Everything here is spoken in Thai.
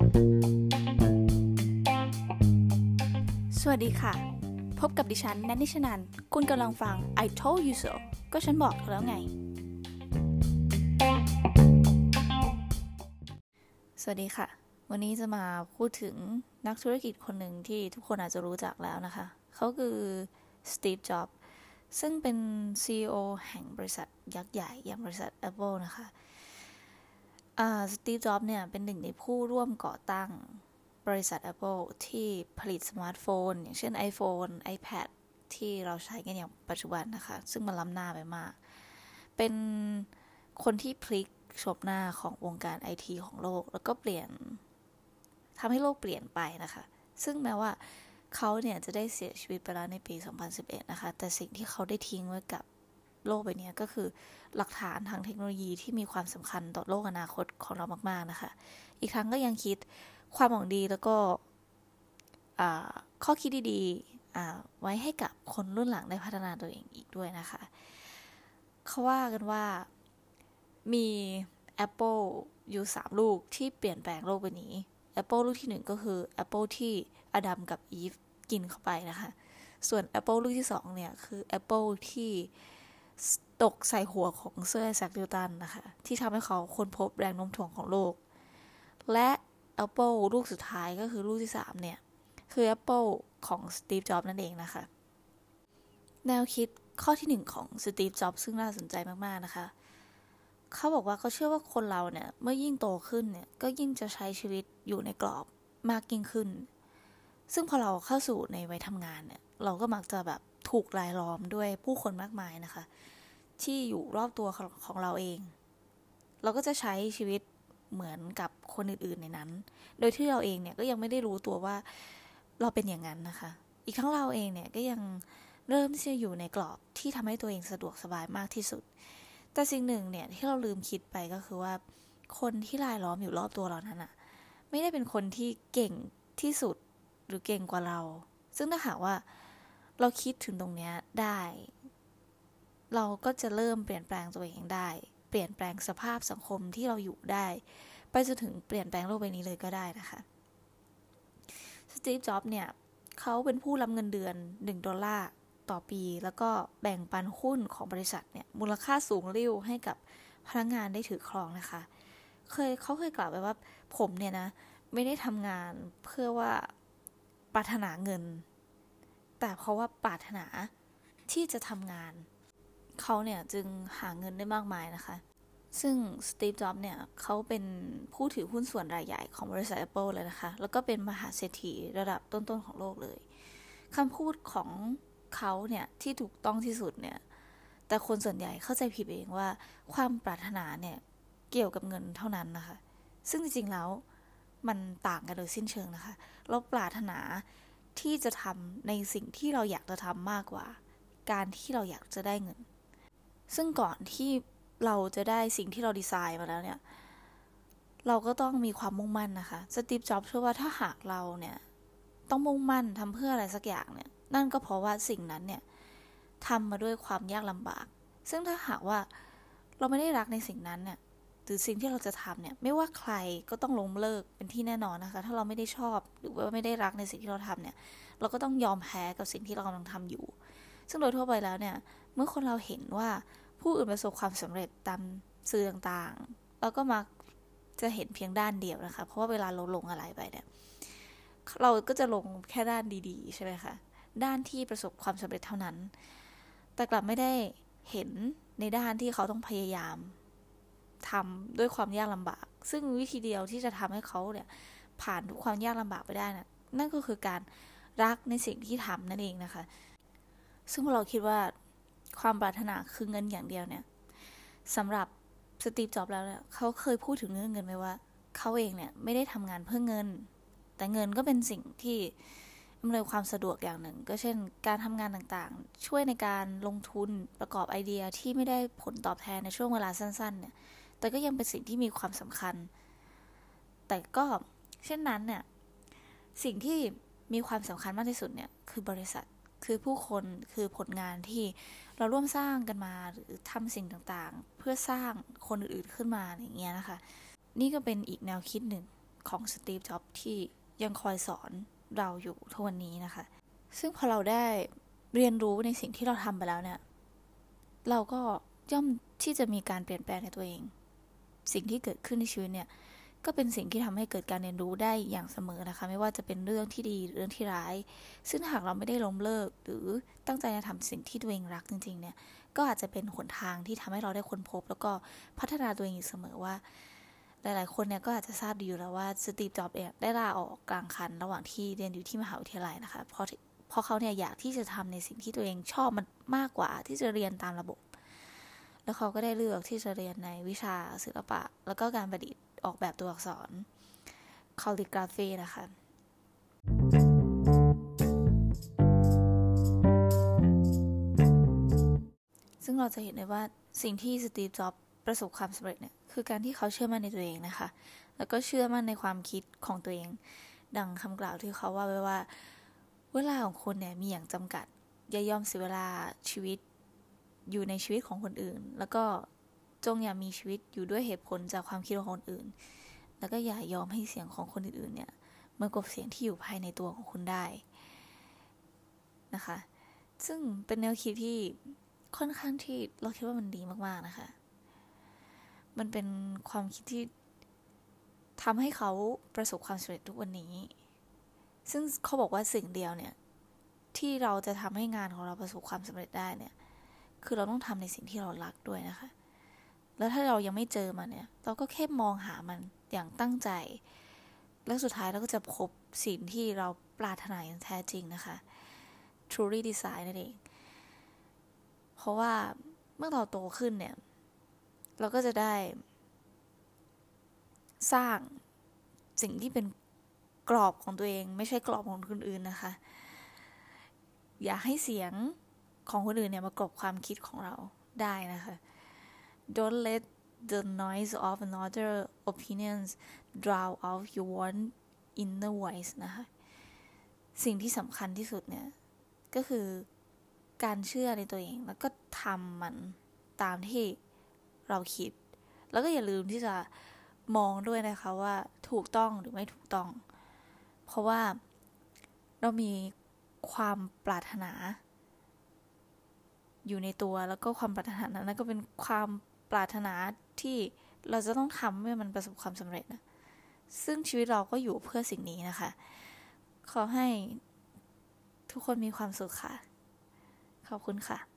สวัสดีค่ะพบกับดิฉันแนนนิชนันท์คุณกำลังฟัง I told you so ก็ฉันบอกเธอแล้วไงสวัสดีค่ะวันนี้จะมาพูดถึงนักธุรกิจคนหนึ่งที่ทุกคนอาจจะรู้จักแล้วนะคะเขาคือสตีฟ จ็อบส์ซึ่งเป็น CEO แห่งบริษัทยักษ์ใหญ่อย่างบริษัท Apple นะคะสตีฟ จ็อบส์เนี่ยเป็นหนึ่งในผู้ร่วมก่อตั้งบริษัท Apple ที่ผลิตสมาร์ทโฟนอย่างเช่น iPhone iPad ที่เราใช้กันอย่างปัจจุบันนะคะซึ่งมันล้ำหน้าไปมากเป็นคนที่พลิกโฉมหน้าของวงการ IT ของโลกแล้วก็ทำให้โลกเปลี่ยนไปนะคะซึ่งแม้ว่าเขาเนี่ยจะได้เสียชีวิตไปแล้วในปี 2011 นะคะแต่สิ่งที่เขาได้ทิ้งไว้กับโลกใบนี้ก็คือหลักฐานทางเทคโนโลยีที่มีความสำคัญต่อโลกอนาคตของเรามากๆนะคะอีกทั้งก็ยังคิดความหวังดีแล้วก็ข้อคิดดีๆไว้ให้กับคนรุ่นหลังได้พัฒนาตัวเองอีกด้วยนะคะเขาว่ากันว่ามี Apple อยู่3ลูกที่เปลี่ยนแปลงโลกใบนี้ Apple ลูกที่1ก็คือ Apple ที่อดัมกับอีฟกินเข้าไปนะคะส่วน Apple ลูกที่2เนี่ยคือ Apple ที่ตกใส่หัวของเซอร์ไอแซค นิวตันนะคะที่ทำให้เขาค้นพบแรงโน้มถ่วงของโลกและ Apple ลูกสุดท้ายก็คือลูกที่3เนี่ยคือ Apple ของสตีฟ จ็อบส์นั่นเองนะคะแนวคิดข้อที่1ของสตีฟ จ็อบส์ซึ่งน่าสนใจมากๆนะคะเขาบอกว่าเขาเชื่อว่าคนเราเนี่ยเมื่อยิ่งโตขึ้นเนี่ยก็ยิ่งจะใช้ชีวิตอยู่ในกรอบมากยิ่งขึ้นซึ่งพอเราเข้าสู่ในวัยทำงานเนี่ยเราก็มักจะแบบถูกรายล้อมด้วยผู้คนมากมายนะคะที่อยู่รอบตัวของเราเองเราก็จะใช้ชีวิตเหมือนกับคนอื่นๆในนั้นโดยที่เราเองเนี่ยก็ยังไม่ได้รู้ตัวว่าเราเป็นอย่างนั้นนะคะอีกทั้งเราเองเนี่ยก็ยังเริ่มที่จะอยู่ในกรอบที่ทำให้ตัวเองสะดวกสบายมากที่สุดแต่สิ่งหนึ่งเนี่ยที่เราลืมคิดไปก็คือว่าคนที่รายล้อมอยู่รอบตัวเรานั้นอะไม่ได้เป็นคนที่เก่งที่สุดหรือเก่งกว่าเราซึ่งถ้าหากว่าเราคิดถึงตรงนี้ได้เราก็จะเริ่มเปลี่ยนแปลงตัวเองได้เปลี่ยนแปลงสภาพสังคมที่เราอยู่ได้ไปจนถึงเปลี่ยนแปลงโลกใบนี้เลยก็ได้นะคะสตีฟ จ็อบส์เนี่ยเขาเป็นผู้รับเงินเดือน$1ต่อปีแล้วก็แบ่งปันหุ้นของบริษัทเนี่ยมูลค่าสูงริ่วให้กับพนักงานได้ถือครองนะคะเขาเคยกล่าวไว้ว่าผมเนี่ยนะไม่ได้ทำงานเพื่อว่าปรารถนาเงินแต่เพราะว่าปรารถนาที่จะทำงานเขาเนี่ยจึงหาเงินได้มากมายนะคะซึ่งสตีฟ จ็อบส์เนี่ยเขาเป็นผู้ถือหุ้นส่วนรายใหญ่ของบริษัท Apple เลยนะคะแล้วก็เป็นมหาเศรษฐีระดับต้นๆของโลกเลยคำพูดของเขาเนี่ยที่ถูกต้องที่สุดเนี่ยแต่คนส่วนใหญ่เข้าใจผิดเองว่าความปรารถนาเนี่ยเกี่ยวกับเงินเท่านั้นนะคะซึ่งจริงๆแล้วมันต่างกันโดยสิ้นเชิงนะคะเราปรารถนาที่จะทำในสิ่งที่เราอยากจะทำมากกว่าการที่เราอยากจะได้เงินซึ่งก่อนที่เราจะได้สิ่งที่เราดีไซน์มาแล้วเนี่ยเราก็ต้องมีความมุ่งมั่นนะคะสตีฟ จ็อบส์เชื่อว่าถ้าหากเราเนี่ยต้องมุ่งมั่นทำเพื่ออะไรสักอย่างเนี่ยนั่นก็เพราะว่าสิ่งนั้นเนี่ยทำมาด้วยความยากลำบากซึ่งถ้าหากว่าเราไม่ได้รักในสิ่งนั้นเนี่ยหรือสิ่งที่เราจะทำเนี่ยไม่ว่าใครก็ต้องล้มเลิกเป็นที่แน่นอนนะคะถ้าเราไม่ได้ชอบหรือว่าไม่ได้รักในสิ่งที่เราทำเนี่ยเราก็ต้องยอมแพ้กับสิ่งที่เรากำลังทำอยู่ซึ่งโดยทั่วไปแล้วเนี่ยเมื่อคนเราเห็นว่าผู้อื่นประสบความสำเร็จตามสื่อต่างๆเราก็มักจะเห็นเพียงด้านเดียวนะคะเพราะว่าเวลาเราลงอะไรไปเนี่ยเราก็จะลงแค่ด้านดีๆใช่ไหมคะด้านที่ประสบความสำเร็จเท่านั้นแต่กลับไม่ได้เห็นในด้านที่เขาต้องพยายามทำด้วยความยากลำบากซึ่งวิธีเดียวที่จะทำให้เขาเนี่ยผ่านทุกความยากลำบากไปได้นะนั่นก็คือการรักในสิ่งที่ทำนั่นเองนะคะซึ่งเราคิดว่าความปรารถนาคือเงินอย่างเดียวเนี่ยสำหรับสตีฟ จ็อบส์แล้วเนี่ยเขาเคยพูดถึงเรื่องเงินไหมว่าเขาเองเนี่ยไม่ได้ทำงานเพื่อเงินแต่เงินก็เป็นสิ่งที่อำนวยความสะดวกอย่างหนึ่งก็เช่นการทำงานต่างๆช่วยในการลงทุนประกอบไอเดียที่ไม่ได้ผลตอบแทนในช่วงเวลาสั้นๆเนี่ยแต่ก็ยังเป็นสิ่งที่มีความสำคัญแต่ก็เช่นนั้นเนี่ยสิ่งที่มีความสำคัญมากที่สุดเนี่ยคือบริษัทคือผู้คนคือผลงานที่เราร่วมสร้างกันมาหรือทำสิ่งต่างๆเพื่อสร้างคนอื่นๆขึ้นมาอย่างเงี้ยนะคะนี่ก็เป็นอีกแนวคิดหนึ่งของสตีฟ จ็อบส์ที่ยังคอยสอนเราอยู่ทุกวันนี้นะคะซึ่งพอเราได้เรียนรู้ในสิ่งที่เราทำไปแล้วเนี่ยเราก็ย่อมที่จะมีการเปลี่ยนแปลงในตัวเองสิ่งที่เกิดขึ้นในชีวิตเนี่ยก็เป็นสิ่งที่ทำให้เกิดการเรียนรู้ได้อย่างเสมอนะคะไม่ว่าจะเป็นเรื่องที่ดีหรือเรื่องที่ร้ายซึ่งหากเราไม่ได้ล้มเลิกหรือตั้งใจจะทำสิ่งที่ตัวเองรักจริงๆเนี่ยก็อาจจะเป็นหนทางที่ทำให้เราได้ค้นพบแล้วก็พัฒนาตัวเองอยู่เสมอว่าหลายๆคนเนี่ยก็อาจจะทราบดีอยู่แล้วว่าสตีฟ จ็อบส์ได้ลาออกกลางคันระหว่างที่เรียนอยู่ที่มหาวิทยาลัยนะคะเพราะเขาเนี่ยอยากที่จะทำในสิ่งที่ตัวเองชอบมันมากกว่าที่จะเรียนตามระบบแล้วเขาก็ได้เลือกที่จะเรียนในวิชาศิลปะแล้วก็การประดิษฐ์ออกแบบตัวอักษร calligraphy นะคะซึ่งเราจะเห็นได้ว่าสิ่งที่สตีฟ จ็อบส์ประสบความสำเร็จเนี่ยคือการที่เขาเชื่อมั่นในตัวเองนะคะแล้วก็เชื่อมั่นในความคิดของตัวเองดังคำกล่าวที่เขาว่าไว้ว่าเวลาของคนเนี่ยมีอย่างจำกัดอย่ายอมเสียเวลาชีวิตอยู่ในชีวิตของคนอื่นแล้วก็จงอย่ามีชีวิตอยู่ด้วยเหตุผลจากความคิดของคนอื่นแล้วก็อย่ายอมให้เสียงของคนอื่นๆเนี่ยมากบเสียงที่อยู่ภายในตัวของคุณได้นะคะซึ่งเป็นแนวคิดที่ค่อนข้างที่เราคิดว่ามันดีมากๆนะคะมันเป็นความคิดที่ทำให้เขาประสบความสำเร็จทุกวันนี้ซึ่งเขาบอกว่าสิ่งเดียวเนี่ยที่เราจะทำให้งานของเราประสบความสำเร็จได้เนี่ยคือเราต้องทำในสิ่งที่เรารักด้วยนะคะแล้วถ้าเรายังไม่เจอมันเนี่ยเราก็แค่มองหามันอย่างตั้งใจแล้วสุดท้ายเราก็จะพบสิ่งที่เราปรารถนาอย่างแท้จริงนะคะ truly desire นั่นเองเพราะว่าเมื่อเราโตขึ้นเนี่ยเราก็จะได้สร้างสิ่งที่เป็นกรอบของตัวเองไม่ใช่กรอบของคนอื่นนะคะอย่าให้เสียงของคนอื่นเนี่ยมากรบความคิดของเราได้นะคะ Don't let the noise of another opinions drown out your own inner voice นะคะสิ่งที่สำคัญที่สุดเนี่ยก็คือการเชื่อในตัวเองแล้วก็ทำมันตามที่เราคิดแล้วก็อย่าลืมที่จะมองด้วยนะคะว่าถูกต้องหรือไม่ถูกต้องเพราะว่าเรามีความปรารถนาอยู่ในตัวแล้วก็ความปรารถนานั้นก็เป็นความปรารถนาที่เราจะต้องทำให้มันประสบความสำเร็จนะซึ่งชีวิตเราก็อยู่เพื่อสิ่งนี้นะคะขอให้ทุกคนมีความสุขค่ะขอบคุณค่ะ